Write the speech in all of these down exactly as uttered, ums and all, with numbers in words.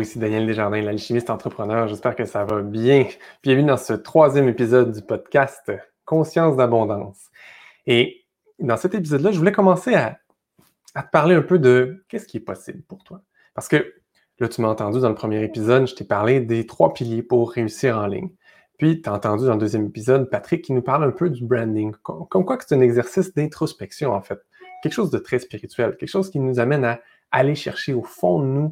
ici Daniel Desjardins, l'alchimiste entrepreneur. J'espère que ça va bien. Bienvenue dans ce troisième épisode du podcast Conscience d'abondance. Et dans cet épisode-là, je voulais commencer à, à te parler un peu de qu'est-ce qui est possible pour toi. Parce que là, tu m'as entendu dans le premier épisode, je t'ai parlé des trois piliers pour réussir en ligne. Puis, tu as entendu dans le deuxième épisode Patrick qui nous parle un peu du branding. Comme, comme quoi que c'est un exercice d'introspection, en fait. Quelque chose de très spirituel, quelque chose qui nous amène à aller chercher au fond de nous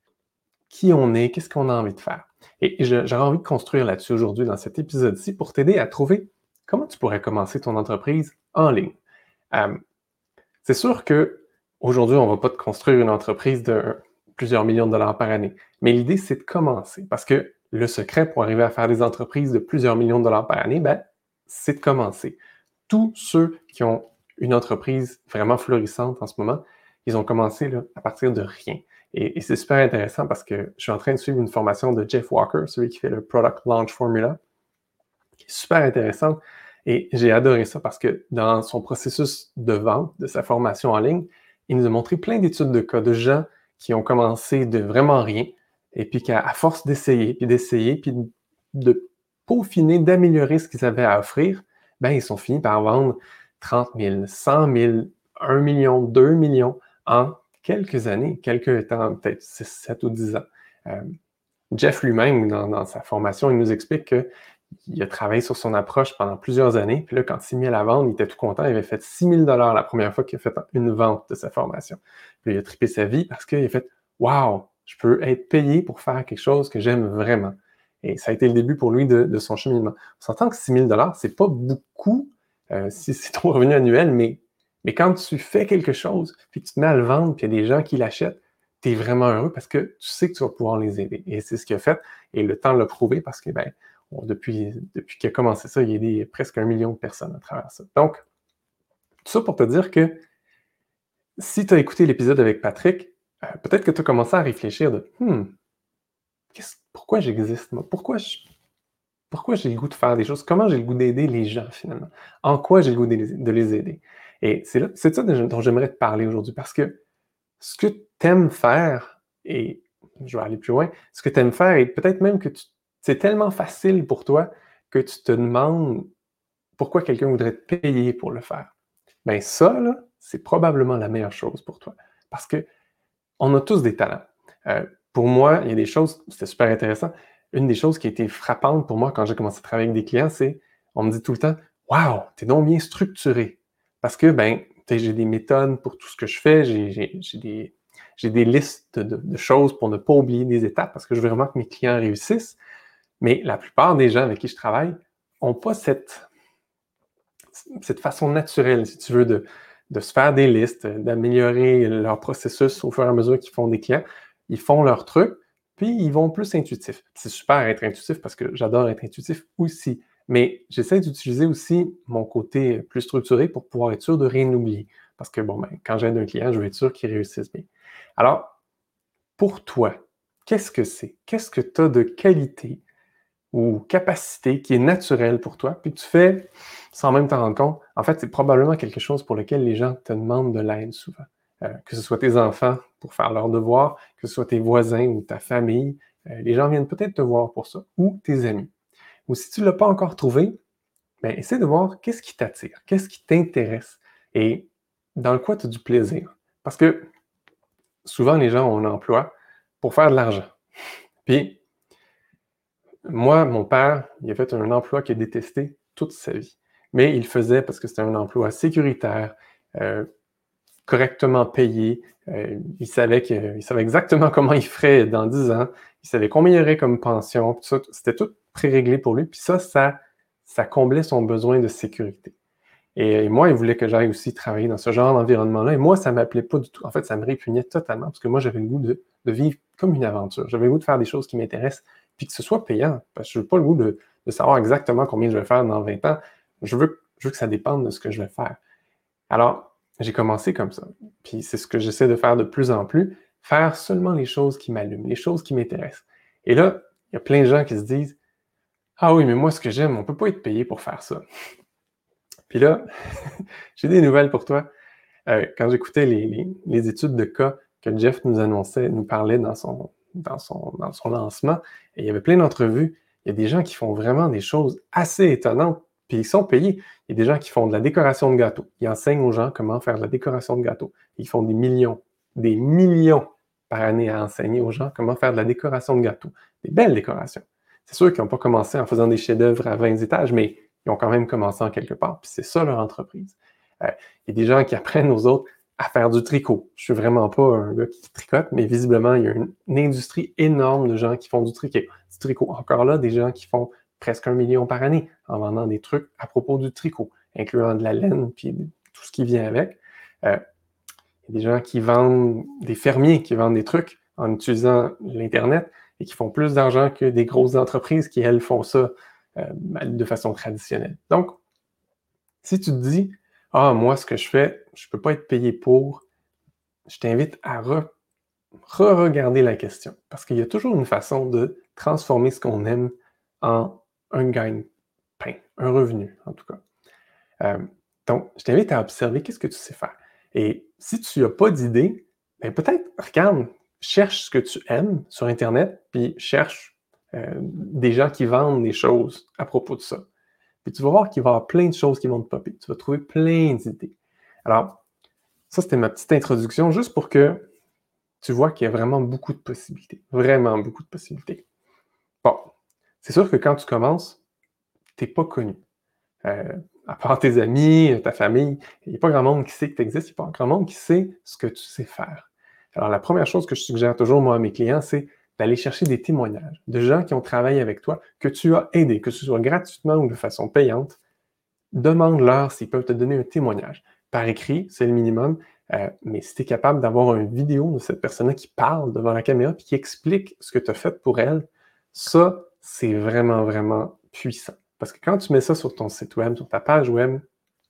qui on est, qu'est-ce qu'on a envie de faire. Et j'aurais envie de construire là-dessus aujourd'hui dans cet épisode-ci pour t'aider à trouver comment tu pourrais commencer ton entreprise en ligne. Euh, c'est sûr qu'aujourd'hui, on ne va pas te construire une entreprise de plusieurs millions de dollars par année, mais l'idée, c'est de commencer parce que le secret pour arriver à faire des entreprises de plusieurs millions de dollars par année, ben, c'est de commencer. Tous ceux qui ont une entreprise vraiment florissante en ce moment, ils ont commencé là, à partir de rien. Et, et c'est super intéressant parce que je suis en train de suivre une formation de Jeff Walker, celui qui fait le Product Launch Formula, qui est super intéressante. Et j'ai adoré ça parce que dans son processus de vente, de sa formation en ligne, il nous a montré plein d'études de cas de gens qui ont commencé de vraiment rien et puis qu'à à force d'essayer, puis d'essayer, puis de, de peaufiner, d'améliorer ce qu'ils avaient à offrir, ben ils sont finis par vendre trente mille, cent mille, un million, deux millions en quelques années, quelques temps, peut-être six, sept ou dix ans. Euh, Jeff lui-même, dans, dans sa formation, il nous explique qu'il a travaillé sur son approche pendant plusieurs années. Puis là, quand il s'est mis à la vente, il était tout content. Il avait fait six mille dollars la première fois qu'il a fait une vente de sa formation. Puis il a trippé sa vie parce qu'il a fait « Wow, je peux être payé pour faire quelque chose que j'aime vraiment. » Et ça a été le début pour lui de, de son cheminement. On s'entend que six mille dollars, c'est pas beaucoup euh, si c'est ton revenu annuel, mais Mais quand tu fais quelque chose, puis que tu te mets à le vendre, puis il y a des gens qui l'achètent, tu es vraiment heureux parce que tu sais que tu vas pouvoir les aider. Et c'est ce qu'il a fait. Et le temps l'a prouvé parce que ben, on, depuis, depuis qu'il a commencé ça, il a aidé presque un million de personnes à travers ça. Donc, tout ça pour te dire que si tu as écouté l'épisode avec Patrick, euh, peut-être que tu as commencé à réfléchir de hmm, pourquoi j'existe, moi? Pourquoi je, Pourquoi j'ai le goût de faire des choses? Comment j'ai le goût d'aider les gens, finalement? En quoi j'ai le goût de les, de les aider? Et c'est, là, c'est ça dont j'aimerais te parler aujourd'hui, parce que ce que tu aimes faire, et je vais aller plus loin, ce que tu aimes faire, et peut-être même que tu, c'est tellement facile pour toi que tu te demandes pourquoi quelqu'un voudrait te payer pour le faire. Bien ça, là, c'est probablement la meilleure chose pour toi, parce que on a tous des talents. Euh, pour moi, il y a des choses, c'était super intéressant, une des choses qui a été frappante pour moi quand j'ai commencé à travailler avec des clients, c'est, on me dit tout le temps, « Wow, t'es donc bien structuré. » Parce que, ben, j'ai des méthodes pour tout ce que je fais, j'ai, j'ai, j'ai, des, j'ai des listes de, de choses pour ne pas oublier des étapes parce que je veux vraiment que mes clients réussissent. Mais la plupart des gens avec qui je travaille n'ont pas cette, cette façon naturelle, si tu veux, de, de se faire des listes, d'améliorer leur processus au fur et à mesure qu'ils font des clients. Ils font leur truc, puis ils vont plus intuitifs. C'est super être intuitif parce que j'adore être intuitif aussi. Mais j'essaie d'utiliser aussi mon côté plus structuré pour pouvoir être sûr de rien oublier. Parce que, bon, ben, quand j'aide un client, je veux être sûr qu'il réussisse bien. Alors, pour toi, qu'est-ce que c'est? Qu'est-ce que tu as de qualité ou capacité qui est naturelle pour toi, puis que tu fais sans même t'en rendre compte? En fait, c'est probablement quelque chose pour lequel les gens te demandent de l'aide souvent. Euh, que ce soit tes enfants pour faire leurs devoirs, que ce soit tes voisins ou ta famille, euh, les gens viennent peut-être te voir pour ça, ou tes amis. Ou si tu ne l'as pas encore trouvé, ben, essaie de voir qu'est-ce qui t'attire, qu'est-ce qui t'intéresse et dans le quoi tu as du plaisir. Parce que souvent, les gens ont un emploi pour faire de l'argent. Puis, moi, mon père, il a fait un emploi qu'il a détesté toute sa vie. Mais il le faisait parce que c'était un emploi sécuritaire, euh, correctement payé. Euh, il, savait que, il savait exactement comment il ferait dans dix ans. Il savait combien il y aurait comme pension. Tout ça, c'était tout pré-réglé pour lui. Puis ça, ça, ça comblait son besoin de sécurité. Et, et moi, il voulait que j'aille aussi travailler dans ce genre d'environnement-là. Et moi, ça ne m'appelait pas du tout. En fait, ça me répugnait totalement parce que moi, j'avais le goût de, de vivre comme une aventure. J'avais le goût de faire des choses qui m'intéressent puis que ce soit payant. Parce que je n'ai pas le goût de, de savoir exactement combien je vais faire dans vingt ans. Je veux, je veux que ça dépende de ce que je vais faire. Alors, j'ai commencé comme ça. Puis c'est ce que j'essaie de faire de plus en plus, faire seulement les choses qui m'allument, les choses qui m'intéressent. Et là, il y a plein de gens qui se disent « Ah oui, mais moi, ce que j'aime, on ne peut pas être payé pour faire ça. » Puis là, j'ai des nouvelles pour toi. Euh, quand j'écoutais les, les, les études de cas que Jeff nous annonçait, nous parlait dans son, dans son, dans son lancement, et il y avait plein d'entrevues. Il y a des gens qui font vraiment des choses assez étonnantes, puis ils sont payés. Il y a des gens qui font de la décoration de gâteaux. Ils enseignent aux gens comment faire de la décoration de gâteaux. Ils font des millions, des millions par année à enseigner aux gens comment faire de la décoration de gâteaux. Des belles décorations. C'est sûr qu'ils n'ont pas commencé en faisant des chefs-d'œuvre à vingt étages, mais ils ont quand même commencé en quelque part, puis c'est ça leur entreprise. Euh, il y a des gens qui apprennent aux autres à faire du tricot. Je suis vraiment pas un gars qui tricote, mais visiblement, il y a une, une industrie énorme de gens qui font du tricot. Du tricot. Encore là, des gens qui font presque un million par année en vendant des trucs à propos du tricot, incluant de la laine, puis tout ce qui vient avec. Euh, il y a des gens qui vendent, des fermiers qui vendent des trucs en utilisant l'Internet et qui font plus d'argent que des grosses entreprises qui, elles, font ça euh, de façon traditionnelle. Donc, si tu te dis, ah, moi, ce que je fais, je ne peux pas être payé pour, je t'invite à re- re-regarder la question. Parce qu'il y a toujours une façon de transformer ce qu'on aime en un gagne-pain, un revenu, en tout cas. Euh, donc, je t'invite à observer qu'est-ce que tu sais faire. Et si tu n'as pas d'idée, ben peut-être, regarde, cherche ce que tu aimes sur Internet, puis cherche euh, des gens qui vendent des choses à propos de ça. Puis tu vas voir qu'il va y avoir plein de choses qui vont te popper. Tu vas trouver plein d'idées. Alors, ça, c'était ma petite introduction, juste pour que tu vois qu'il y a vraiment beaucoup de possibilités. Vraiment beaucoup de possibilités. Bon, c'est sûr que quand tu commences, tu n'es pas connu. Euh, à part tes amis, ta famille, il n'y a pas grand monde qui sait que tu existes, il n'y a pas grand monde qui sait ce que tu sais faire. Alors, la première chose que je suggère toujours, moi, à mes clients, c'est d'aller chercher des témoignages de gens qui ont travaillé avec toi, que tu as aidé, que ce soit gratuitement ou de façon payante. Demande-leur s'ils peuvent te donner un témoignage. Par écrit, c'est le minimum, euh, mais si tu es capable d'avoir une vidéo de cette personne-là qui parle devant la caméra et qui explique ce que tu as fait pour elle, ça, c'est vraiment, vraiment puissant. Parce que quand tu mets ça sur ton site web, sur ta page web,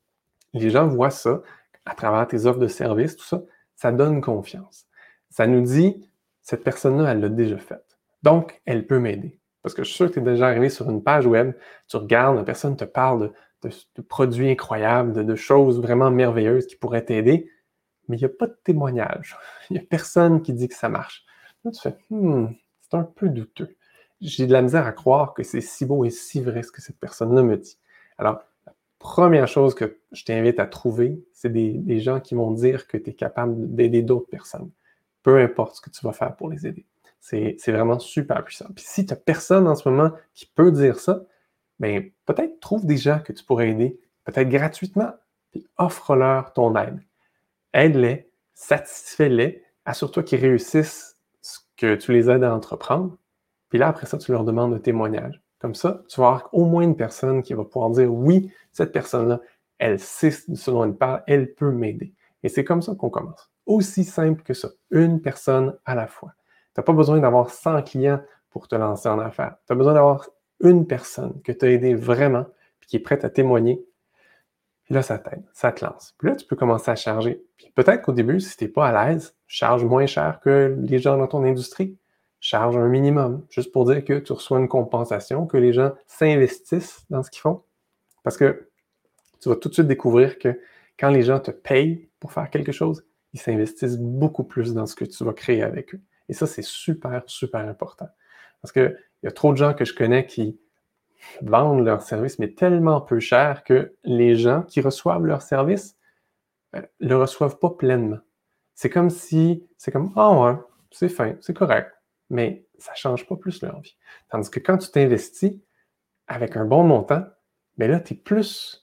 les gens voient ça à travers tes offres de services, tout ça, ça donne confiance. Ça nous dit, cette personne-là, elle l'a déjà fait. Donc, elle peut m'aider. Parce que je suis sûr que tu es déjà arrivé sur une page web, tu regardes, la personne te parle de, de, de produits incroyables, de, de choses vraiment merveilleuses qui pourraient t'aider, mais il n'y a pas de témoignage. Il n'y a personne qui dit que ça marche. Là, tu fais, hmm, c'est un peu douteux. J'ai de la misère à croire que c'est si beau et si vrai ce que cette personne-là me dit. Alors, la première chose que je t'invite à trouver, c'est des, des gens qui vont dire que tu es capable d'aider d'autres personnes. Peu importe ce que tu vas faire pour les aider. C'est, c'est vraiment super puissant. Puis si tu n'as personne en ce moment qui peut dire ça, bien, peut-être trouve des gens que tu pourrais aider, peut-être gratuitement, puis offre-leur ton aide. Aide-les, satisfais-les, assure-toi qu'ils réussissent ce que tu les aides à entreprendre, puis là, après ça, tu leur demandes un témoignage. Comme ça, tu vas avoir au moins une personne qui va pouvoir dire « Oui, cette personne-là, elle sait ce dont elle parle, elle peut m'aider. » Et c'est comme ça qu'on commence. Aussi simple que ça, une personne à la fois. Tu n'as pas besoin d'avoir cent clients pour te lancer en affaires. Tu as besoin d'avoir une personne que tu as aidé vraiment, puis qui est prête à témoigner. Puis là, ça t'aide, ça te lance. Puis là, tu peux commencer à charger. Puis peut-être qu'au début, si tu n'es pas à l'aise, charge moins cher que les gens dans ton industrie. Charge un minimum, juste pour dire que tu reçois une compensation, que les gens s'investissent dans ce qu'ils font. Parce que tu vas tout de suite découvrir que quand les gens te payent pour faire quelque chose, ils s'investissent beaucoup plus dans ce que tu vas créer avec eux. Et ça, c'est super, super important. Parce qu'il y a trop de gens que je connais qui vendent leurs services, mais tellement peu cher que les gens qui reçoivent leurs services ne euh, le reçoivent pas pleinement. C'est comme si, c'est comme, ah oh ouais, c'est fin, c'est correct, mais ça ne change pas plus leur vie. Tandis que quand tu t'investis avec un bon montant, bien là, tu es plus,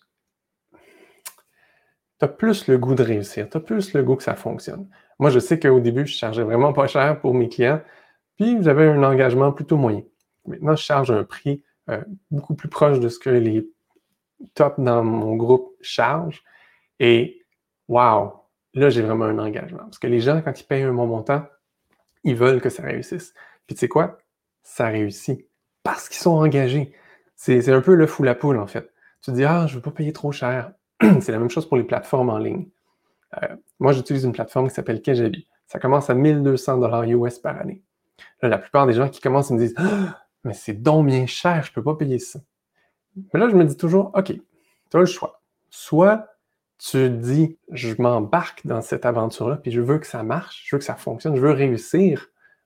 tu as plus le goût de réussir, tu as plus le goût que ça fonctionne. Moi, je sais qu'au début, je chargeais vraiment pas cher pour mes clients, puis j'avais un engagement plutôt moyen. Maintenant, je charge un prix euh, beaucoup plus proche de ce que les tops dans mon groupe chargent. Et wow, là, j'ai vraiment un engagement. Parce que les gens, quand ils payent un bon montant, ils veulent que ça réussisse. Puis tu sais quoi? Ça réussit. Parce qu'ils sont engagés. C'est, c'est un peu le fou la poule, en fait. Tu te dis, ah, je ne veux pas payer trop cher. C'est la même chose pour les plateformes en ligne. Euh, moi, j'utilise une plateforme qui s'appelle Kajabi. Ça commence à mille deux cents dollars U S par année. Là, la plupart des gens qui commencent me disent, ah, mais c'est donc bien cher, je ne peux pas payer ça. Mais là, je me dis toujours, OK, tu as le choix. Soit tu dis, je m'embarque dans cette aventure-là, puis je veux que ça marche, je veux que ça fonctionne, je veux réussir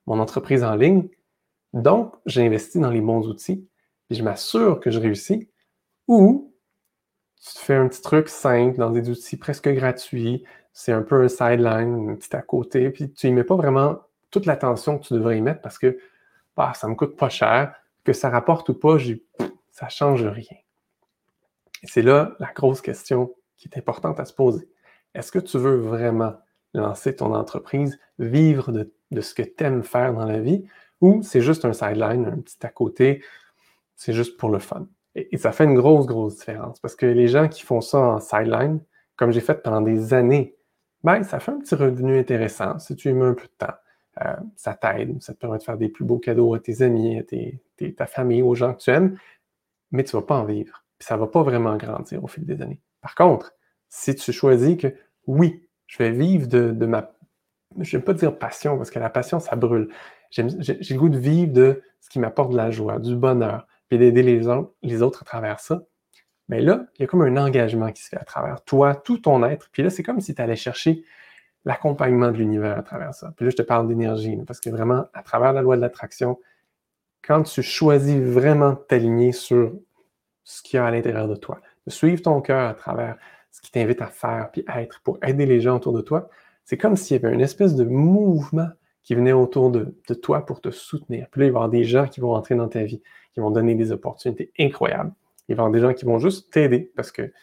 mon entreprise en ligne. Donc, j'investis dans les bons outils, puis je m'assure que je réussis. Ou tu te fais un petit truc simple dans des outils presque gratuits, c'est un peu un sideline, un petit à côté, puis tu n'y mets pas vraiment toute l'attention que tu devrais y mettre parce que bah, ça me coûte pas cher, que ça rapporte ou pas, j'ai, ça change rien. Et c'est là la grosse question qui est importante à se poser. Est-ce que tu veux vraiment lancer ton entreprise, vivre de, de ce que tu aimes faire dans la vie, ou c'est juste un sideline, un petit à côté, c'est juste pour le fun? Et, et ça fait une grosse, grosse différence parce que les gens qui font ça en sideline, comme j'ai fait pendant des années, ben, ça fait un petit revenu intéressant si tu y mets un peu de temps. Euh, ça t'aide, ça te permet de faire des plus beaux cadeaux à tes amis, à tes, tes, ta famille, aux gens que tu aimes, mais tu ne vas pas en vivre. Puis ça ne va pas vraiment grandir au fil des années. Par contre, si tu choisis que oui, je vais vivre de, de ma, je ne vais pas dire passion, parce que la passion, ça brûle. J'ai, j'ai le goût de vivre de ce qui m'apporte de la joie, du bonheur, puis d'aider les, les autres à travers ça. Mais là, il y a comme un engagement qui se fait à travers toi, tout ton être. Puis là, c'est comme si tu allais chercher l'accompagnement de l'univers à travers ça. Puis là, je te parle d'énergie, parce que vraiment, à travers la loi de l'attraction, quand tu choisis vraiment de t'aligner sur ce qu'il y a à l'intérieur de toi, de suivre ton cœur à travers ce qui t'invite à faire puis à être pour aider les gens autour de toi, c'est comme s'il y avait une espèce de mouvement qui venait autour de, de toi pour te soutenir. Puis là, il va y avoir des gens qui vont entrer dans ta vie, qui vont donner des opportunités incroyables. Il va y avoir des gens qui vont juste t'aider parce que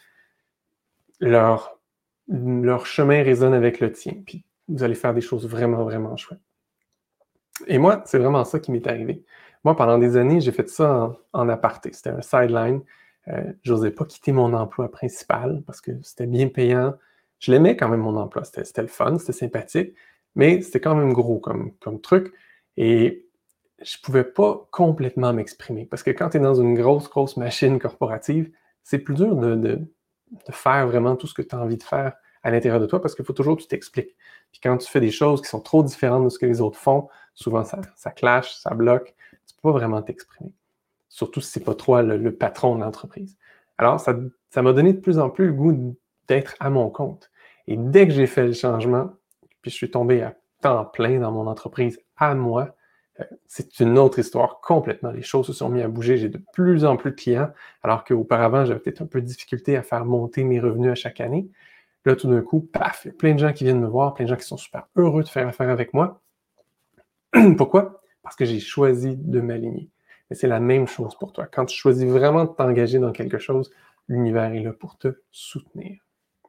leur, leur chemin résonne avec le tien. Puis vous allez faire des choses vraiment, vraiment chouettes. Et moi, c'est vraiment ça qui m'est arrivé. Moi, pendant des années, j'ai fait ça en, en aparté. C'était un sideline. Euh, je n'osais pas quitter mon emploi principal parce que c'était bien payant. Je l'aimais quand même, mon emploi. C'était, c'était le fun, c'était sympathique, mais c'était quand même gros comme, comme truc. Et je ne pouvais pas complètement m'exprimer parce que quand tu es dans une grosse, grosse machine corporative, c'est plus dur de, de, de faire vraiment tout ce que tu as envie de faire à l'intérieur de toi parce qu'il faut toujours que tu t'expliques. Puis quand tu fais des choses qui sont trop différentes de ce que les autres font, souvent ça, ça clash, ça bloque, tu ne peux pas vraiment t'exprimer. Surtout si ce n'est pas toi le, le patron de l'entreprise. Alors, ça, ça m'a donné de plus en plus le goût d'être à mon compte. Et dès que j'ai fait le changement, puis je suis tombé à temps plein dans mon entreprise à moi, euh, c'est une autre histoire complètement. Les choses se sont mises à bouger. J'ai de plus en plus de clients, alors qu'auparavant, j'avais peut-être un peu de difficulté à faire monter mes revenus à chaque année. Là, tout d'un coup, paf, il y a plein de gens qui viennent me voir, plein de gens qui sont super heureux de faire affaire avec moi. Pourquoi? Parce que j'ai choisi de m'aligner. Mais c'est la même chose pour toi. Quand tu choisis vraiment de t'engager dans quelque chose, l'univers est là pour te soutenir.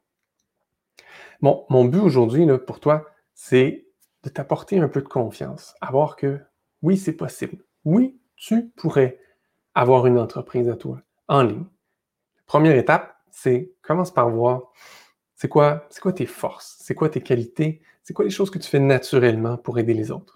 Bon, mon but aujourd'hui là, pour toi, c'est de t'apporter un peu de confiance, à voir que oui, c'est possible. Oui, tu pourrais avoir une entreprise à toi, en ligne. Première étape, c'est commence par voir c'est quoi, c'est quoi tes forces, c'est quoi tes qualités, c'est quoi les choses que tu fais naturellement pour aider les autres.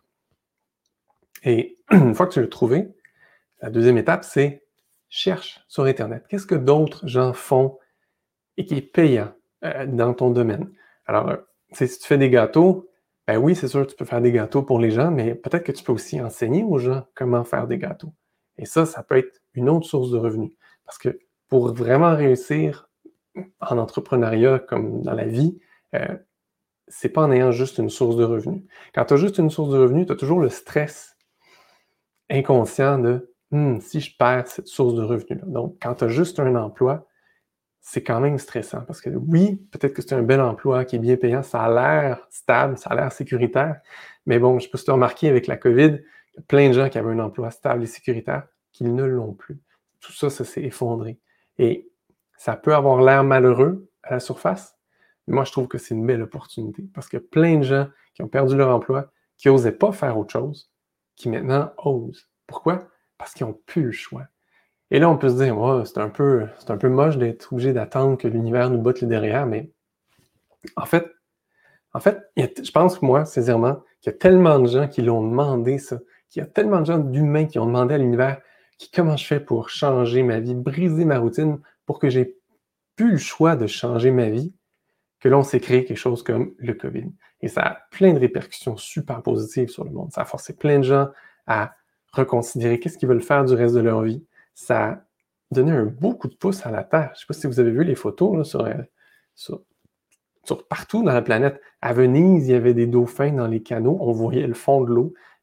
Et une fois que tu l'as trouvé, la deuxième étape, c'est cherche sur Internet. Qu'est-ce que d'autres gens font et qui est payant euh, dans ton domaine? Alors, euh, si tu fais des gâteaux, ben oui, c'est sûr, tu peux faire des gâteaux pour les gens, mais peut-être que tu peux aussi enseigner aux gens comment faire des gâteaux. Et ça, ça peut être une autre source de revenus. Parce que pour vraiment réussir en entrepreneuriat comme dans la vie, euh, c'est pas en ayant juste une source de revenus. Quand tu as juste une source de revenus, tu as toujours le stress inconscient de hm, si je perds cette source de revenus-là. Donc, quand tu as juste un emploi, c'est quand même stressant parce que oui, peut-être que c'est un bel emploi qui est bien payant, ça a l'air stable, ça a l'air sécuritaire, mais bon, je peux te remarquer avec la COVID, il y a plein de gens qui avaient un emploi stable et sécuritaire qui ne l'ont plus. Tout ça, ça s'est effondré. Et ça peut avoir l'air malheureux à la surface, mais moi, je trouve que c'est une belle opportunité parce que plein de gens qui ont perdu leur emploi, qui n'osaient pas faire autre chose, qui maintenant osent. Pourquoi? Parce qu'ils n'ont plus le choix. Et là, on peut se dire, oh, c'est un peu, c'est un peu moche d'être obligé d'attendre que l'univers nous botte le derrière, mais en fait, en fait, il y a, je pense, moi, sincèrement, qu'il y a tellement de gens qui l'ont demandé, ça, qu'il y a tellement de gens d'humains qui ont demandé à l'univers qui, comment je fais pour changer ma vie, briser ma routine, pour que j'ai plus le choix de changer ma vie, que là, on s'est créé quelque chose comme le COVID. Et ça a plein de répercussions super positives sur le monde. Ça a forcé plein de gens à reconsidérer qu'est-ce qu'ils veulent faire du reste de leur vie. Ça a donné un beau coup de pouce à la Terre. Je ne sais pas si vous avez vu les photos là, sur, sur, sur partout dans la planète. À Venise, il y avait des dauphins dans les canaux. On voyait le fond de l'eau.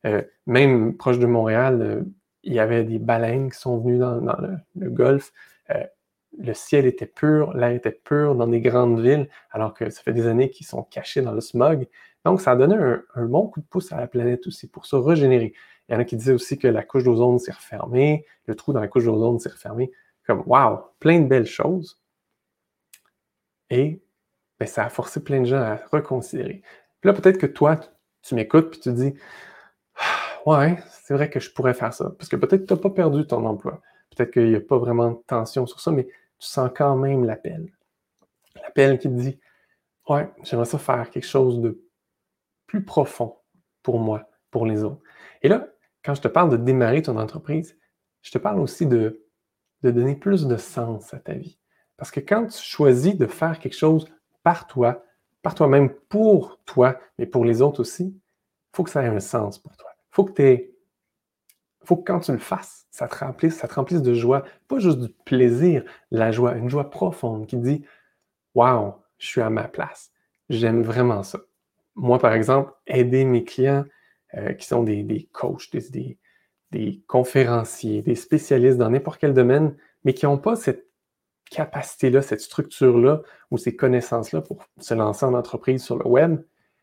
Euh, même proche de Montréal, euh, il y avait des baleines qui sont venues dans, dans le, le golfe. Euh, le ciel était pur, l'air était pur dans des grandes villes, alors que ça fait des années qu'ils sont cachés dans le smog. Donc, ça a donné un, un bon coup de pouce à la planète aussi pour se régénérer. Il y en a qui disaient aussi que la couche d'ozone s'est refermée, le trou dans la couche d'ozone s'est refermé. Comme, wow, plein de belles choses. Et ben, ça a forcé plein de gens à reconsidérer. Puis là, peut-être que toi, tu m'écoutes puis tu te dis, ah, ouais, c'est vrai que je pourrais faire ça. Parce que peut-être que tu n'as pas perdu ton emploi. Peut-être qu'il n'y a pas vraiment de tension sur ça, mais tu sens quand même l'appel. L'appel qui te dit, ouais, j'aimerais ça faire quelque chose de plus profond pour moi, pour les autres. Et là, quand je te parle de démarrer ton entreprise, je te parle aussi de, de donner plus de sens à ta vie. Parce que quand tu choisis de faire quelque chose par toi, par toi-même, pour toi, mais pour les autres aussi, il faut que ça ait un sens pour toi. Il faut que tu aies faut que quand tu le fasses, ça te remplisse, ça te remplisse de joie, pas juste du plaisir, la joie, une joie profonde qui te dit waouh, je suis à ma place, j'aime vraiment ça. Moi, par exemple, aider mes clients euh, qui sont des, des coachs, des, des, des conférenciers, des spécialistes dans n'importe quel domaine, mais qui n'ont pas cette capacité-là, cette structure-là ou ces connaissances-là pour se lancer en entreprise sur le web,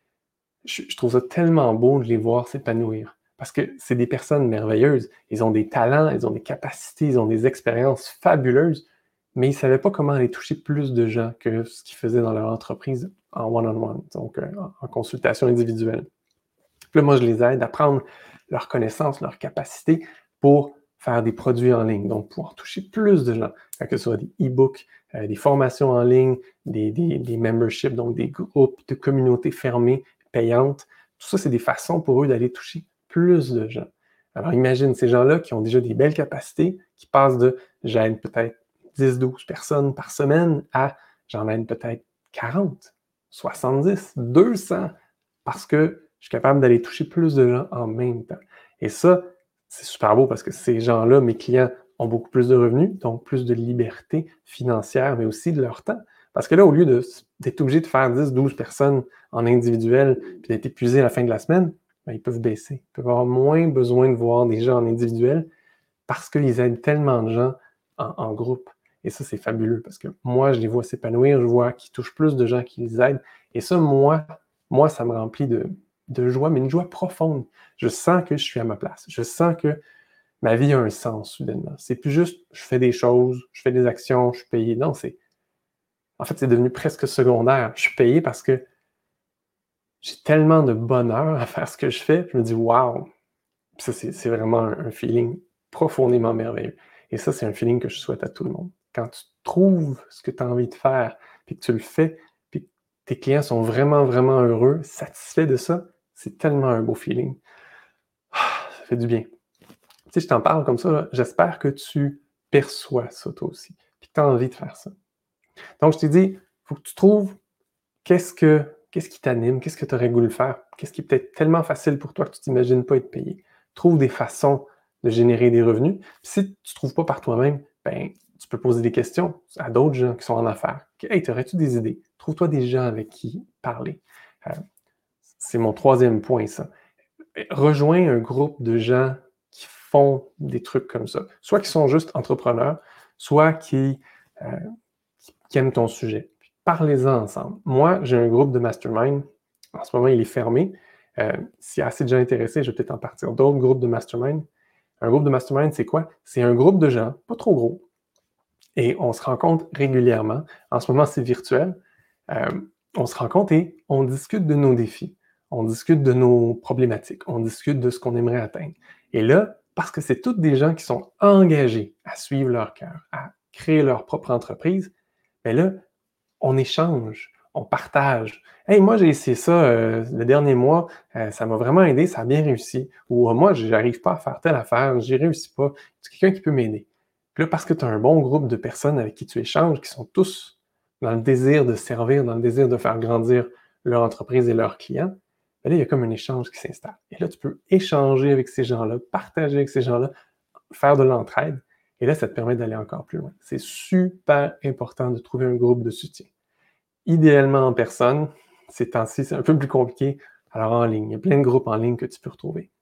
je, je trouve ça tellement beau de les voir s'épanouir. Parce que c'est des personnes merveilleuses. Ils ont des talents, ils ont des capacités, ils ont des expériences fabuleuses, mais ils ne savaient pas comment aller toucher plus de gens que ce qu'ils faisaient dans leur entreprise en one-on-one, donc euh, en consultation individuelle. Puis là, moi, je les aide à prendre leurs connaissances, leurs capacités pour faire des produits en ligne, donc pouvoir toucher plus de gens, que ce soit des e-books, euh, des formations en ligne, des, des, des memberships, donc des groupes de communautés fermées, payantes. Tout ça, c'est des façons pour eux d'aller toucher plus de gens. Alors imagine ces gens-là qui ont déjà des belles capacités, qui passent de j'aide peut-être dix douze personnes par semaine à j'en aide peut-être quarante, soixante-dix, deux cents, parce que je suis capable d'aller toucher plus de gens en même temps. Et ça, c'est super beau parce que ces gens-là, mes clients, ont beaucoup plus de revenus, donc plus de liberté financière, mais aussi de leur temps. Parce que là, au lieu de, d'être obligé de faire dix douze personnes en individuel puis d'être épuisé à la fin de la semaine, ben, ils peuvent baisser. Ils peuvent avoir moins besoin de voir des gens en individuel parce qu'ils aident tellement de gens en, en groupe. Et ça, c'est fabuleux parce que moi, je les vois s'épanouir, je vois qu'ils touchent plus de gens qui les aident. Et ça, moi, moi, ça me remplit de, de joie, mais une joie profonde. Je sens que je suis à ma place. Je sens que ma vie a un sens, soudainement. C'est plus juste, je fais des choses, je fais des actions, je suis payé. Non, c'est... En fait, c'est devenu presque secondaire. Je suis payé parce que j'ai tellement de bonheur à faire ce que je fais. Je me dis, waouh! Ça, c'est, c'est vraiment un, un feeling profondément merveilleux. Et ça, c'est un feeling que je souhaite à tout le monde. Quand tu trouves ce que tu as envie de faire, puis que tu le fais, puis que tes clients sont vraiment, vraiment heureux, satisfaits de ça, c'est tellement un beau feeling. Ah, ça fait du bien. Tu sais, je t'en parle comme ça, là, j'espère que tu perçois ça toi aussi, puis que tu as envie de faire ça. Donc, je t'ai dit, il faut que tu trouves qu'est-ce que qu'est-ce qui t'anime, qu'est-ce que tu aurais voulu faire, qu'est-ce qui est peut-être tellement facile pour toi que tu t'imagines pas être payé. Trouve des façons de générer des revenus. Puis si tu ne trouves pas par toi-même, ben, tu peux poser des questions à d'autres gens qui sont en affaires. Hey, aurais-tu des idées? Trouve-toi des gens avec qui parler. Euh, c'est mon troisième point, ça. Rejoins un groupe de gens qui font des trucs comme ça. Soit qui sont juste entrepreneurs, soit qui, euh, qui, qui aiment ton sujet. Puis parlez-en ensemble. Moi, j'ai un groupe de mastermind. En ce moment, il est fermé. Euh, s'il y a assez de gens intéressés, je vais peut-être en partir d'autres groupes de mastermind. Un groupe de mastermind, c'est quoi? C'est un groupe de gens, pas trop gros, et on se rencontre régulièrement. En ce moment, c'est virtuel. Euh, on se rencontre et on discute de nos défis. On discute de nos problématiques. On discute de ce qu'on aimerait atteindre. Et là, parce que c'est toutes des gens qui sont engagés à suivre leur cœur, à créer leur propre entreprise, bien là, on échange, on partage. Hey, moi, j'ai essayé ça euh, le dernier mois, euh, ça m'a vraiment aidé, ça a bien réussi. Ou euh, moi, j'arrive pas à faire telle affaire, j'y réussis pas. C'est quelqu'un qui peut m'aider. Puis là, parce que tu as un bon groupe de personnes avec qui tu échanges, qui sont tous dans le désir de servir, dans le désir de faire grandir leur entreprise et leurs clients, bien là, il y a comme un échange qui s'installe. Et là, tu peux échanger avec ces gens-là, partager avec ces gens-là, faire de l'entraide. Et là, ça te permet d'aller encore plus loin. C'est super important de trouver un groupe de soutien. Idéalement en personne, ces temps-ci, c'est un peu plus compliqué. Alors en ligne, il y a plein de groupes en ligne que tu peux retrouver.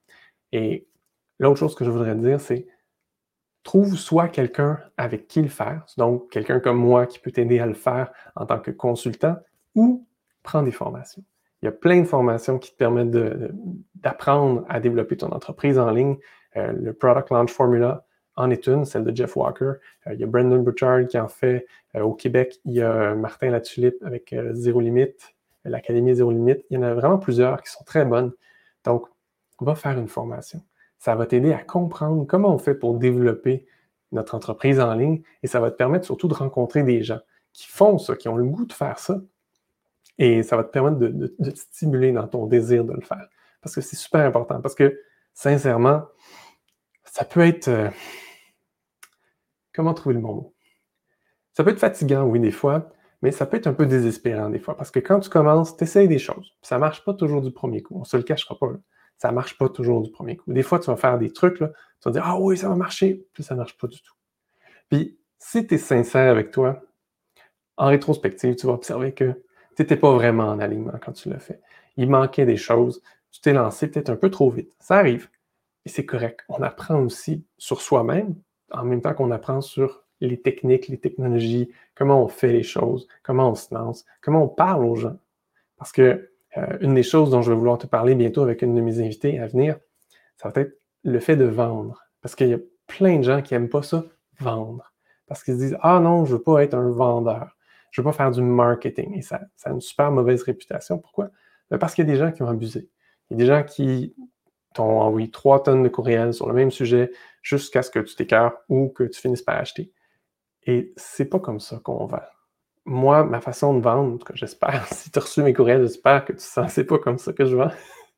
Et l'autre chose que je voudrais dire, c'est trouve soit quelqu'un avec qui le faire, donc quelqu'un comme moi qui peut t'aider à le faire en tant que consultant, ou prends des formations. Il y a plein de formations qui te permettent de, de, d'apprendre à développer ton entreprise en ligne. Euh, le Product Launch Formula en est une, celle de Jeff Walker. Euh, il y a Brendon Burchard qui en fait. Euh, au Québec, il y a Martin Latulippe avec euh, Zéro Limite, l'Académie Zéro Limite. Il y en a vraiment plusieurs qui sont très bonnes. Donc, on va faire une formation. Ça va t'aider à comprendre comment on fait pour développer notre entreprise en ligne et ça va te permettre surtout de rencontrer des gens qui font ça, qui ont le goût de faire ça. Et ça va te permettre de, de, de te stimuler dans ton désir de le faire. Parce que c'est super important. Parce que, sincèrement, ça peut être... Euh, comment trouver le bon mot? Ça peut être fatigant, oui, des fois, mais ça peut être un peu désespérant des fois. Parce que quand tu commences, tu essayes des choses. Ça ne marche pas toujours du premier coup. On ne se le cachera pas. Là. Ça ne marche pas toujours du premier coup. Des fois, tu vas faire des trucs, là, tu vas dire « Ah oui, ça va marcher », puis ça ne marche pas du tout. Puis, si tu es sincère avec toi, en rétrospective, tu vas observer que tu n'étais pas vraiment en alignement quand tu l'as fait. Il manquait des choses. Tu t'es lancé peut-être un peu trop vite. Ça arrive. Et c'est correct. On apprend aussi sur soi-même, en même temps qu'on apprend sur les techniques, les technologies, comment on fait les choses, comment on se lance, comment on parle aux gens. Parce que euh, une des choses dont je vais vouloir te parler bientôt avec une de mes invités à venir, ça va être le fait de vendre. Parce qu'il y a plein de gens qui n'aiment pas ça, vendre. Parce qu'ils se disent « Ah non, je ne veux pas être un vendeur. Je ne veux pas faire du marketing. » Et ça, ça a une super mauvaise réputation. Pourquoi? Parce qu'il y a des gens qui ont abusé. Il y a des gens qui t'ont envoyé trois tonnes de courriels sur le même sujet jusqu'à ce que tu t'écœures ou que tu finisses par acheter. Et c'est pas comme ça qu'on vend. Moi, ma façon de vendre, en tout cas, j'espère, si tu as reçu mes courriels, j'espère que tu sens c'est pas comme ça que je vends.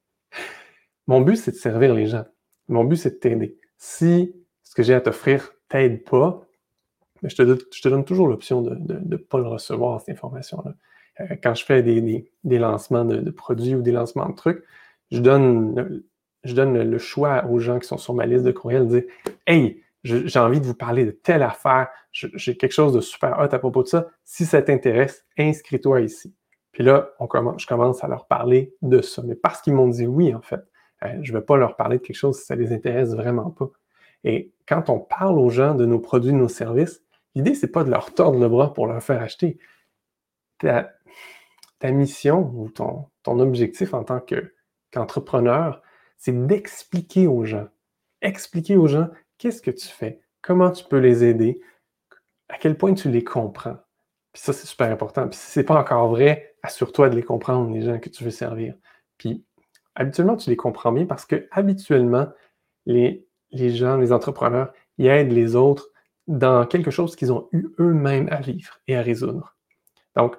Mon but, c'est de servir les gens. Mon but, c'est de t'aider. Si ce que j'ai à t'offrir t'aide pas, je te, je te donne toujours l'option de ne pas le recevoir, cette information-là. Euh, quand je fais des, des, des lancements de, de produits ou des lancements de trucs, je donne, je donne le choix aux gens qui sont sur ma liste de courriels de dire « Hey, j'ai envie de vous parler de telle affaire, j'ai quelque chose de super hot à propos de ça. Si ça t'intéresse, inscris-toi ici. » Puis là, on commence, je commence à leur parler de ça. Mais parce qu'ils m'ont dit oui, en fait. Euh, je ne vais pas leur parler de quelque chose si ça les intéresse vraiment pas. Et quand on parle aux gens de nos produits, de nos services, l'idée, c'est pas de leur tordre le bras pour leur faire acheter. Ta, ta mission ou ton, ton objectif en tant que, qu'entrepreneur, c'est d'expliquer aux gens. Expliquer aux gens qu'est-ce que tu fais, comment tu peux les aider, à quel point tu les comprends. Puis ça, c'est super important. Puis si c'est pas encore vrai, assure-toi de les comprendre, les gens que tu veux servir. Puis habituellement, tu les comprends bien parce que habituellement, les, les gens, les entrepreneurs, ils aident les autres dans quelque chose qu'ils ont eu eux-mêmes à vivre et à résoudre. Donc,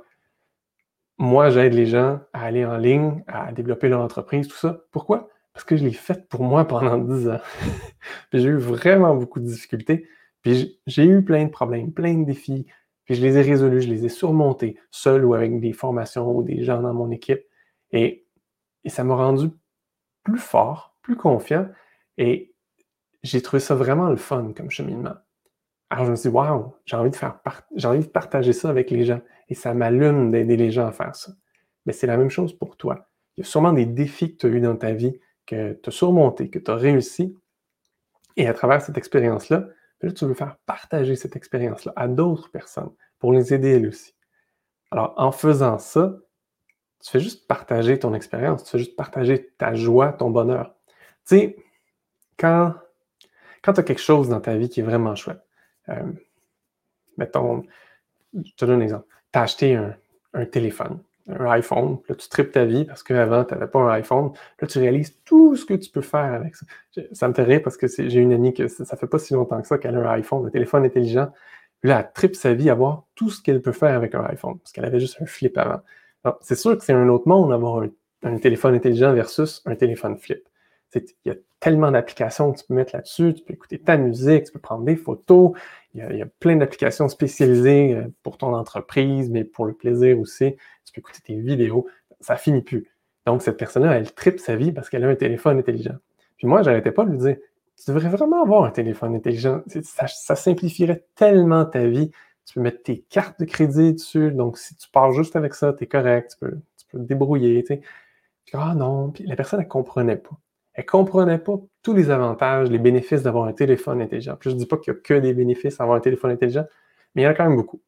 moi, j'aide les gens à aller en ligne, à développer leur entreprise, tout ça. Pourquoi? Parce que je l'ai fait pour moi pendant dix ans. Puis j'ai eu vraiment beaucoup de difficultés. Puis j'ai eu plein de problèmes, plein de défis. Puis je les ai résolus, je les ai surmontés, seul ou avec des formations ou des gens dans mon équipe. Et, et ça m'a rendu plus fort, plus confiant. Et j'ai trouvé ça vraiment le fun comme cheminement. Alors je me suis dit, waouh, j'ai envie de faire part... j'ai envie de partager ça avec les gens. Et ça m'allume d'aider les gens à faire ça. Mais c'est la même chose pour toi. Il y a sûrement des défis que tu as eus dans ta vie, que tu as surmontés, que tu as réussi. Et à travers cette expérience-là, là, tu veux faire partager cette expérience-là à d'autres personnes pour les aider elles aussi. Alors, en faisant ça, tu fais juste partager ton expérience, tu fais juste partager ta joie, ton bonheur. Tu sais, quand, quand tu as quelque chose dans ta vie qui est vraiment chouette, euh, mettons, je te donne un exemple. Tu as acheté un, un téléphone, un iPhone, là, tu tripes ta vie parce qu'avant, tu n'avais pas un iPhone. Là, tu réalises tout ce que tu peux faire avec ça. Ça me fait rire parce que j'ai une amie que ça, ça fait pas si longtemps que ça qu'elle a un iPhone, un téléphone intelligent. Puis là, elle tripe sa vie à voir tout ce qu'elle peut faire avec un iPhone parce qu'elle avait juste un flip avant. Alors, c'est sûr que c'est un autre monde d'avoir un, un téléphone intelligent versus un téléphone flip. Il y a tellement d'applications que tu peux mettre là-dessus, tu peux écouter ta musique, tu peux prendre des photos, il y a, il y a plein d'applications spécialisées pour ton entreprise, mais pour le plaisir aussi, tu peux écouter tes vidéos, ça finit plus. Donc cette personne-là, elle tripe sa vie parce qu'elle a un téléphone intelligent. Puis moi, j'arrêtais pas de lui dire, tu devrais vraiment avoir un téléphone intelligent, ça, ça simplifierait tellement ta vie, tu peux mettre tes cartes de crédit dessus, donc si tu pars juste avec ça, t'es correct, tu peux, tu peux te débrouiller, tu sais. Puis, ah non, puis la personne, elle comprenait pas. Elle ne comprenait pas tous les avantages, les bénéfices d'avoir un téléphone intelligent. Puis je ne dis pas qu'il n'y a que des bénéfices à avoir un téléphone intelligent, mais il y en a quand même beaucoup.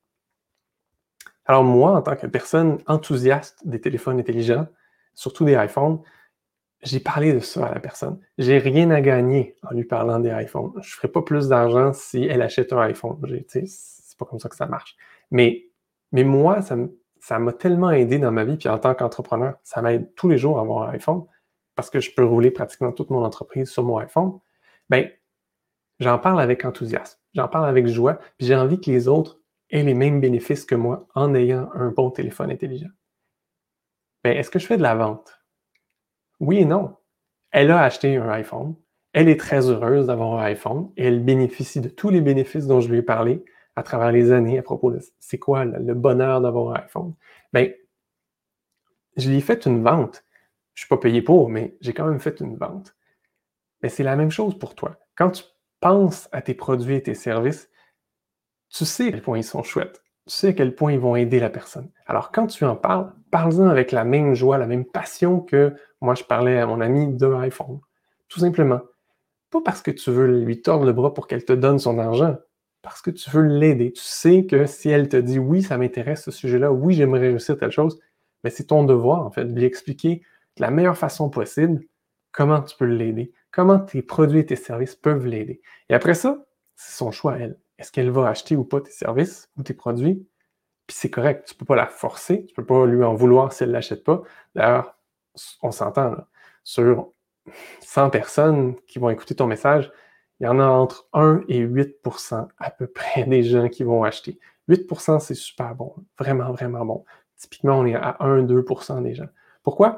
Alors moi, en tant que personne enthousiaste des téléphones intelligents, surtout des iPhones, j'ai parlé de ça à la personne. J'ai rien à gagner en lui parlant des iPhones. Je ne ferai pas plus d'argent si elle achète un iPhone. C'est pas comme ça que ça marche. Mais, mais moi, ça me, ça m'a tellement aidé dans ma vie, puis en tant qu'entrepreneur, ça m'aide tous les jours à avoir un iPhone, parce que je peux rouler pratiquement toute mon entreprise sur mon iPhone. Bien, j'en parle avec enthousiasme, j'en parle avec joie, puis j'ai envie que les autres aient les mêmes bénéfices que moi en ayant un bon téléphone intelligent. Bien, est-ce que je fais de la vente? Oui et non. Elle a acheté un iPhone, elle est très heureuse d'avoir un iPhone et elle bénéficie de tous les bénéfices dont je lui ai parlé à travers les années à propos de c'est quoi le, le bonheur d'avoir un iPhone. Bien, je lui ai fait une vente. Je ne suis pas payé pour, mais j'ai quand même fait une vente. Mais c'est la même chose pour toi. Quand tu penses à tes produits et tes services, tu sais à quel point ils sont chouettes. Tu sais à quel point ils vont aider la personne. Alors, quand tu en parles, parle-en avec la même joie, la même passion que moi, je parlais à mon ami d'un iPhone. Tout simplement. Pas parce que tu veux lui tordre le bras pour qu'elle te donne son argent, parce que tu veux l'aider. Tu sais que si elle te dit « oui, ça m'intéresse ce sujet-là, oui, j'aimerais réussir telle chose », ben c'est ton devoir, en fait, de lui expliquer de la meilleure façon possible comment tu peux l'aider, comment tes produits et tes services peuvent l'aider. Et après ça, c'est son choix à elle. Est-ce qu'elle va acheter ou pas tes services ou tes produits? Puis c'est correct, tu ne peux pas la forcer, tu ne peux pas lui en vouloir si elle ne l'achète pas. D'ailleurs, on s'entend là, sur cent personnes qui vont écouter ton message, il y en a entre un et huit pour cent à peu près des gens qui vont acheter. huit pour cent, c'est super bon, vraiment, vraiment bon. Typiquement, on est à un à deux pour cent des gens. Pourquoi?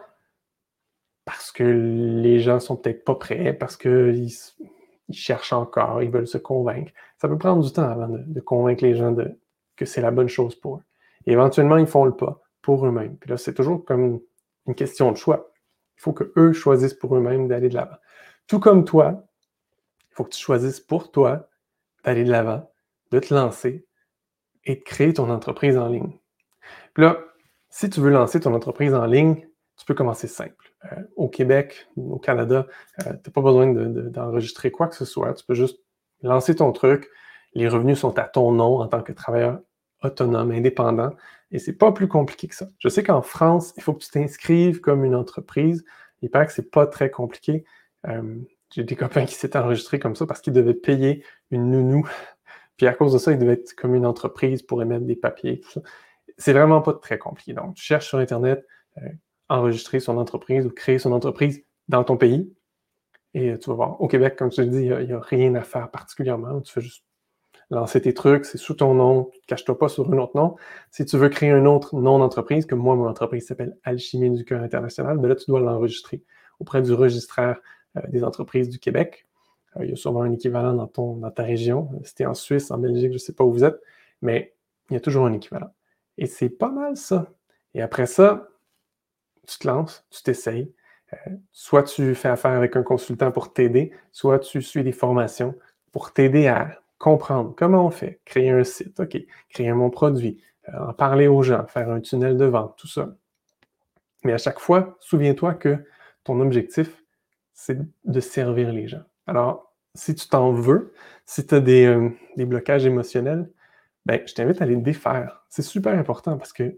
Parce que les gens sont peut-être pas prêts, parce qu'ils ils cherchent encore, ils veulent se convaincre. Ça peut prendre du temps avant de, de convaincre les gens de, que c'est la bonne chose pour eux. Et éventuellement, ils font le pas pour eux-mêmes. Puis là, c'est toujours comme une question de choix. Il faut qu'eux choisissent pour eux-mêmes d'aller de l'avant. Tout comme toi, il faut que tu choisisses pour toi d'aller de l'avant, de te lancer et de créer ton entreprise en ligne. Puis là, si tu veux lancer ton entreprise en ligne, tu peux commencer simple. Euh, au Québec, au Canada, euh, tu n'as pas besoin de, de, d'enregistrer quoi que ce soit. Tu peux juste lancer ton truc. Les revenus sont à ton nom en tant que travailleur autonome, indépendant. Et c'est pas plus compliqué que ça. Je sais qu'en France, il faut que tu t'inscrives comme une entreprise. Il paraît que c'est pas très compliqué. Euh, j'ai des copains qui s'étaient enregistrés comme ça parce qu'ils devaient payer une nounou. Puis à cause de ça, ils devaient être comme une entreprise pour émettre des papiers, tout ça. C'est vraiment pas très compliqué. Donc, tu cherches sur Internet, euh, enregistrer son entreprise ou créer son entreprise dans ton pays. Et euh, tu vas voir, au Québec, comme tu le dis, il n'y a, a rien à faire particulièrement. Tu fais juste lancer tes trucs, c'est sous ton nom, tu ne caches-toi pas sur un autre nom. Si tu veux créer un autre nom d'entreprise, comme moi, mon entreprise s'appelle Alchimie du Cœur International, ben là, tu dois l'enregistrer auprès du registraire euh, des entreprises du Québec. Euh, il y a sûrement un équivalent dans, ton, dans ta région. Si tu es en Suisse, en Belgique, je ne sais pas où vous êtes, mais il y a toujours un équivalent. Et c'est pas mal ça. Et après ça, tu te lances, tu t'essayes. Euh, soit tu fais affaire avec un consultant pour t'aider, soit tu suis des formations pour t'aider à comprendre comment on fait, créer un site, OK, créer mon produit, euh, en parler aux gens, faire un tunnel de vente, tout ça. Mais à chaque fois, souviens-toi que ton objectif, c'est de servir les gens. Alors, si tu t'en veux, si tu as des, euh, des blocages émotionnels, ben, je t'invite à les défaire. C'est super important parce que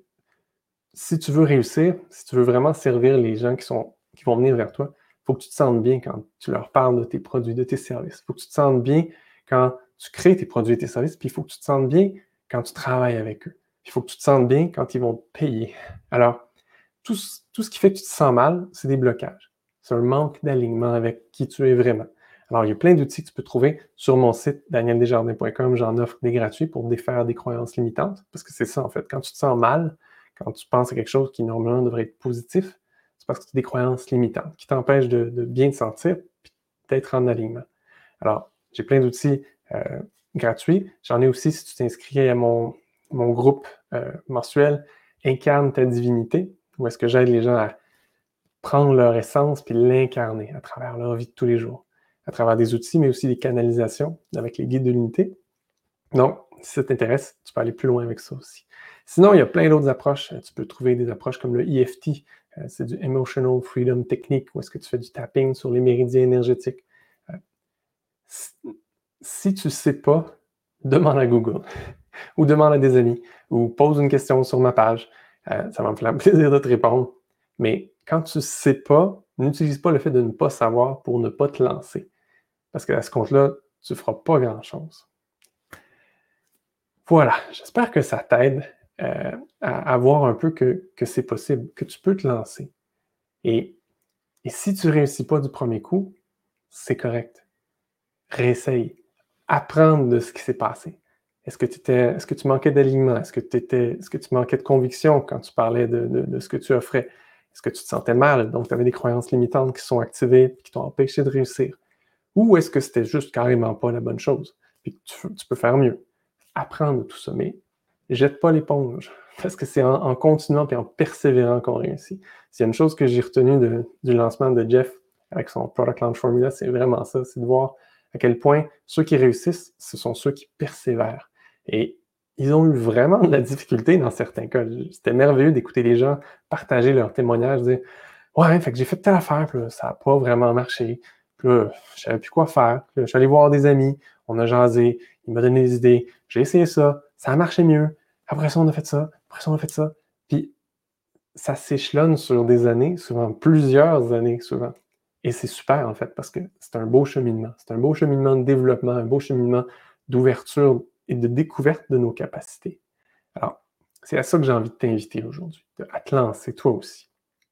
si tu veux réussir, si tu veux vraiment servir les gens qui, sont, qui vont venir vers toi, il faut que tu te sentes bien quand tu leur parles de tes produits, de tes services. Il faut que tu te sentes bien quand tu crées tes produits et tes services, puis il faut que tu te sentes bien quand tu travailles avec eux. Il faut que tu te sentes bien quand ils vont te payer. Alors, tout, tout ce qui fait que tu te sens mal, c'est des blocages. C'est un manque d'alignement avec qui tu es vraiment. Alors, il y a plein d'outils que tu peux trouver sur mon site daniel desjardins point com. J'en offre des gratuits pour défaire des croyances limitantes, parce que c'est ça, en fait. Quand tu te sens mal, quand tu penses à quelque chose qui, normalement, devrait être positif, c'est parce que tu as des croyances limitantes qui t'empêchent de, de bien te sentir et d'être en alignement. Alors, j'ai plein d'outils euh, gratuits. J'en ai aussi si tu t'inscris à mon, mon groupe euh, mensuel « Incarne ta divinité », où est-ce que j'aide les gens à prendre leur essence puis l'incarner à travers leur vie de tous les jours, à travers des outils, mais aussi des canalisations avec les guides de l'unité. Donc, si ça t'intéresse, tu peux aller plus loin avec ça aussi. Sinon, il y a plein d'autres approches. Tu peux trouver des approches comme le E F T, Euh, c'est du Emotional Freedom Technique, où est-ce que tu fais du tapping sur les méridiens énergétiques. Euh, si, si tu ne sais pas, demande à Google ou demande à des amis ou pose une question sur ma page. Euh, ça va me faire plaisir de te répondre. Mais quand tu ne sais pas, n'utilise pas le fait de ne pas savoir pour ne pas te lancer. Parce qu'à ce compte-là, tu ne feras pas grand-chose. Voilà, j'espère que ça t'aide euh, à, à voir un peu que, que c'est possible, que tu peux te lancer. Et, et si tu ne réussis pas du premier coup, c'est correct. Réessaye. Apprendre de ce qui s'est passé. Est-ce que, est-ce que tu manquais d'alignement? Est-ce que, est-ce que tu manquais de conviction quand tu parlais de, de, de ce que tu offrais? Est-ce que tu te sentais mal? Donc, tu avais des croyances limitantes qui sont activées et qui t'ont empêché de réussir. Ou est-ce que c'était juste carrément pas la bonne chose? Puis que tu, tu peux faire mieux. Apprendre de tout ça, mais jette pas l'éponge. Parce que c'est en, en continuant et en persévérant qu'on réussit. S'il y a une chose que j'ai retenue de, du lancement de Jeff avec son Product Launch Formula, c'est vraiment ça, c'est de voir à quel point ceux qui réussissent, ce sont ceux qui persévèrent. Et ils ont eu vraiment de la difficulté dans certains cas. C'était merveilleux d'écouter les gens partager leurs témoignages, dire « Ouais, fait que j'ai fait telle affaire, puis là, ça n'a pas vraiment marché. Puis là, je savais plus quoi faire. Puis là, je suis allé voir des amis, on a jasé, il m'a donné des idées, j'ai essayé ça, ça a marché mieux. Après ça, on a fait ça, après ça, on a fait ça. » Puis ça s'échelonne sur des années, souvent plusieurs années, souvent. Et c'est super, en fait, parce que c'est un beau cheminement. C'est un beau cheminement de développement, un beau cheminement d'ouverture et de découverte de nos capacités. Alors, c'est à ça que j'ai envie de t'inviter aujourd'hui, à te lancer toi aussi.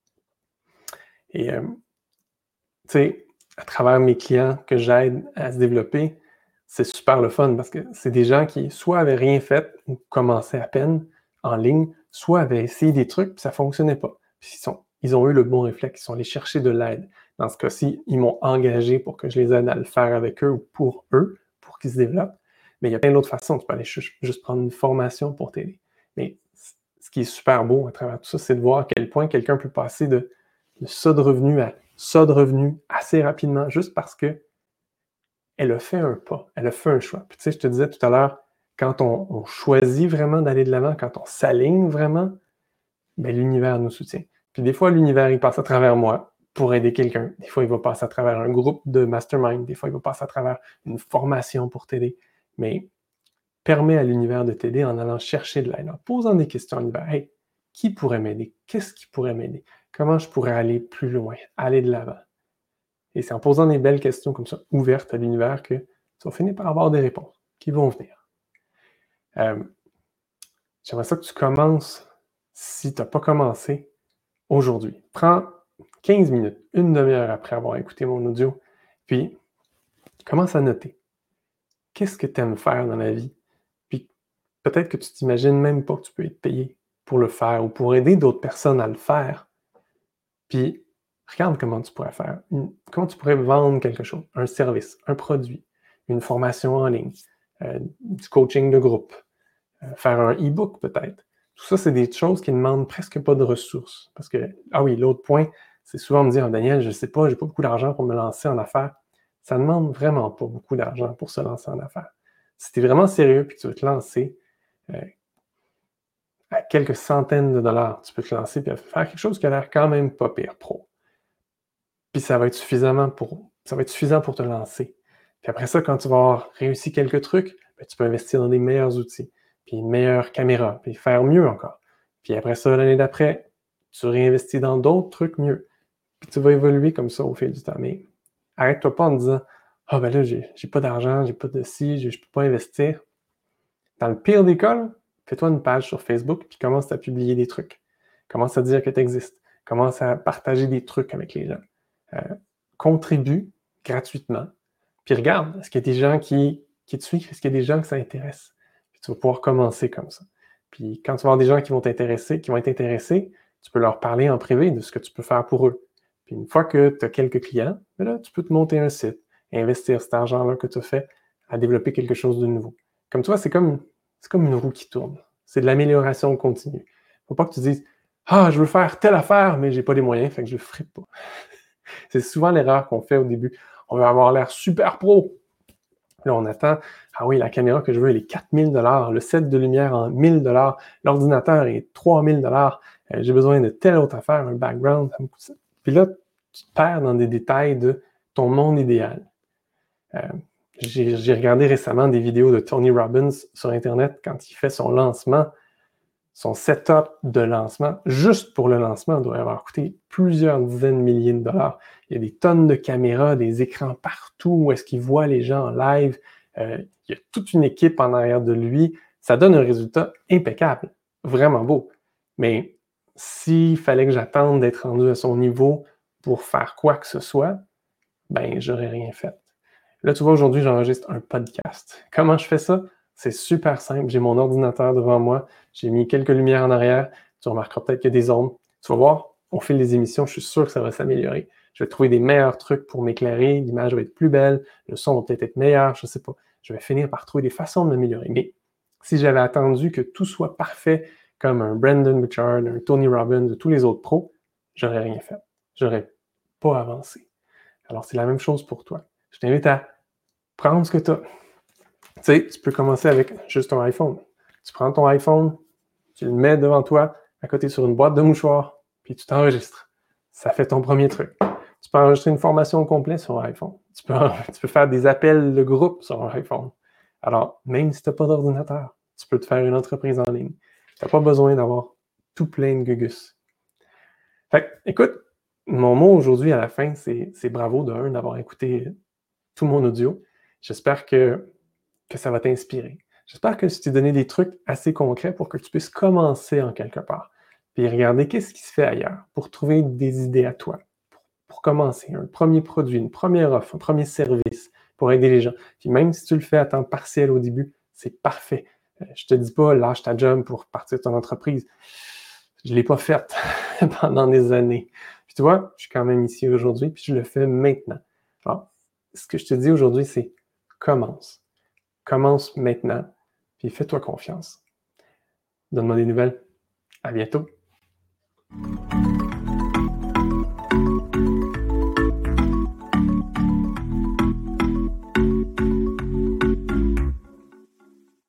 Et, euh, tu sais, à travers mes clients que j'aide à se développer, c'est super le fun parce que c'est des gens qui soit avaient rien fait ou commençaient à peine en ligne, soit avaient essayé des trucs puis ça fonctionnait pas. Puis ils, sont, ils ont eu le bon réflexe, ils sont allés chercher de l'aide. Dans ce cas-ci, ils m'ont engagé pour que je les aide à le faire avec eux ou pour eux, pour qu'ils se développent. Mais il y a plein d'autres façons. Tu peux aller juste, juste prendre une formation pour t'aider. Mais ce qui est super beau à travers tout ça, c'est de voir à quel point quelqu'un peut passer de, de ça de revenu à ça de revenu assez rapidement, juste parce que elle a fait un pas, elle a fait un choix. Puis tu sais, je te disais tout à l'heure, quand on, on choisit vraiment d'aller de l'avant, quand on s'aligne vraiment, ben, l'univers nous soutient. Puis des fois, l'univers, il passe à travers moi pour aider quelqu'un. Des fois, il va passer à travers un groupe de mastermind. Des fois, il va passer à travers une formation pour t'aider. Mais permets à l'univers de t'aider en allant chercher de l'aide, en posant des questions à l'univers. Hey, qui pourrait m'aider? Qu'est-ce qui pourrait m'aider? Comment je pourrais aller plus loin, aller de l'avant? Et c'est en posant des belles questions comme ça, ouvertes à l'univers, que tu vas finir par avoir des réponses qui vont venir. Euh, j'aimerais ça que tu commences, si tu n'as pas commencé, aujourd'hui. Prends quinze minutes, une demi-heure après avoir écouté mon audio, puis commence à noter. Qu'est-ce que tu aimes faire dans la vie? Puis peut-être que tu t'imagines même pas que tu peux être payé pour le faire ou pour aider d'autres personnes à le faire. Puis regarde comment tu pourrais faire, une, comment tu pourrais vendre quelque chose, un service, un produit, une formation en ligne, euh, du coaching de groupe, euh, faire un e-book peut-être. Tout ça, c'est des choses qui ne demandent presque pas de ressources. Parce que, ah oui, l'autre point, c'est souvent me dire, Daniel, je ne sais pas, j'ai pas beaucoup d'argent pour me lancer en affaires. Ça ne demande vraiment pas beaucoup d'argent pour se lancer en affaires. Si tu es vraiment sérieux et que tu veux te lancer, euh, à quelques centaines de dollars, tu peux te lancer et faire quelque chose qui a l'air quand même pas pire pro. Puis ça va être suffisamment pour, ça va être suffisant pour te lancer. Puis après ça, quand tu vas avoir réussi quelques trucs, ben, tu peux investir dans des meilleurs outils, puis une meilleure caméra, puis faire mieux encore. Puis après ça, l'année d'après, tu réinvestis dans d'autres trucs mieux. Puis tu vas évoluer comme ça au fil du temps. Mais arrête-toi pas en disant « Ah ben là, j'ai, j'ai pas d'argent, j'ai pas de ci, je, je peux pas investir. » Dans le pire des cas, fais-toi une page sur Facebook, puis commence à publier des trucs. Commence à dire que tu existes. Commence à partager des trucs avec les gens. Euh, contribue gratuitement. Puis regarde, est-ce qu'il y a des gens qui, qui te suivent? Est-ce qu'il y a des gens que ça intéresse? Puis tu vas pouvoir commencer comme ça. Puis quand tu vas avoir des gens qui vont t'intéresser, qui vont être intéressés, tu peux leur parler en privé de ce que tu peux faire pour eux. Puis une fois que tu as quelques clients, ben là, tu peux te monter un site et investir cet argent-là que tu as fait à développer quelque chose de nouveau. Comme toi, c'est comme, c'est comme une roue qui tourne. C'est de l'amélioration continue. Il ne faut pas que tu dises « Ah, je veux faire telle affaire, mais je n'ai pas les moyens, fait que je ne le ferai pas. » C'est souvent l'erreur qu'on fait au début. On veut avoir l'air super pro. Là, on attend, ah oui, la caméra que je veux, elle est quatre mille dollars, le set de lumière en mille dollars, l'ordinateur est trois mille dollars, euh, j'ai besoin de telle autre affaire, un background, ça me coûte ça. Puis là, tu te perds dans des détails de ton monde idéal. Euh, j'ai, j'ai regardé récemment des vidéos de Tony Robbins sur Internet quand il fait son lancement. Son setup de lancement, juste pour le lancement, doit avoir coûté plusieurs dizaines de milliers de dollars. Il y a des tonnes de caméras, des écrans partout où est-ce qu'il voit les gens en live. Euh, il y a toute une équipe en arrière de lui. Ça donne un résultat impeccable, vraiment beau. Mais s'il fallait que j'attende d'être rendu à son niveau pour faire quoi que ce soit, ben, j'aurais rien fait. Là, tu vois, aujourd'hui, j'enregistre un podcast. Comment je fais ça? C'est super simple. J'ai mon ordinateur devant moi. J'ai mis quelques lumières en arrière. Tu remarqueras peut-être qu'il y a des ombres. Tu vas voir, au fil des émissions, je suis sûr que ça va s'améliorer. Je vais trouver des meilleurs trucs pour m'éclairer. L'image va être plus belle. Le son va peut-être être meilleur. Je ne sais pas. Je vais finir par trouver des façons de m'améliorer. Mais si j'avais attendu que tout soit parfait, comme un Brendon Burchard, un Tony Robbins, ou tous les autres pros, j'aurais rien fait. J'aurais pas avancé. Alors, c'est la même chose pour toi. Je t'invite à prendre ce que tu as. Tu sais, tu peux commencer avec juste ton iPhone. Tu prends ton iPhone, tu le mets devant toi, à côté sur une boîte de mouchoirs, puis tu t'enregistres. Ça fait ton premier truc. Tu peux enregistrer une formation au complet sur un iPhone. Tu peux, tu peux faire des appels de groupe sur un iPhone. Alors, même si tu n'as pas d'ordinateur, tu peux te faire une entreprise en ligne. Tu n'as pas besoin d'avoir tout plein de gugus. Fait que, écoute, mon mot aujourd'hui à la fin, c'est, c'est bravo de un, d'avoir écouté tout mon audio. J'espère que, que ça va t'inspirer. J'espère que je t'ai donné des trucs assez concrets pour que tu puisses commencer en quelque part. Puis regarder qu'est-ce qui se fait ailleurs pour trouver des idées à toi. Pour, pour commencer, un premier produit, une première offre, un premier service pour aider les gens. Puis même si tu le fais à temps partiel au début, c'est parfait. Euh, je te dis pas, lâche ta job pour partir de ton entreprise. Je ne l'ai pas faite pendant des années. Puis tu vois, je suis quand même ici aujourd'hui, puis je le fais maintenant. Alors, ce que je te dis aujourd'hui, c'est commence. Commence maintenant, puis fais-toi confiance. Donne-moi des nouvelles. À bientôt.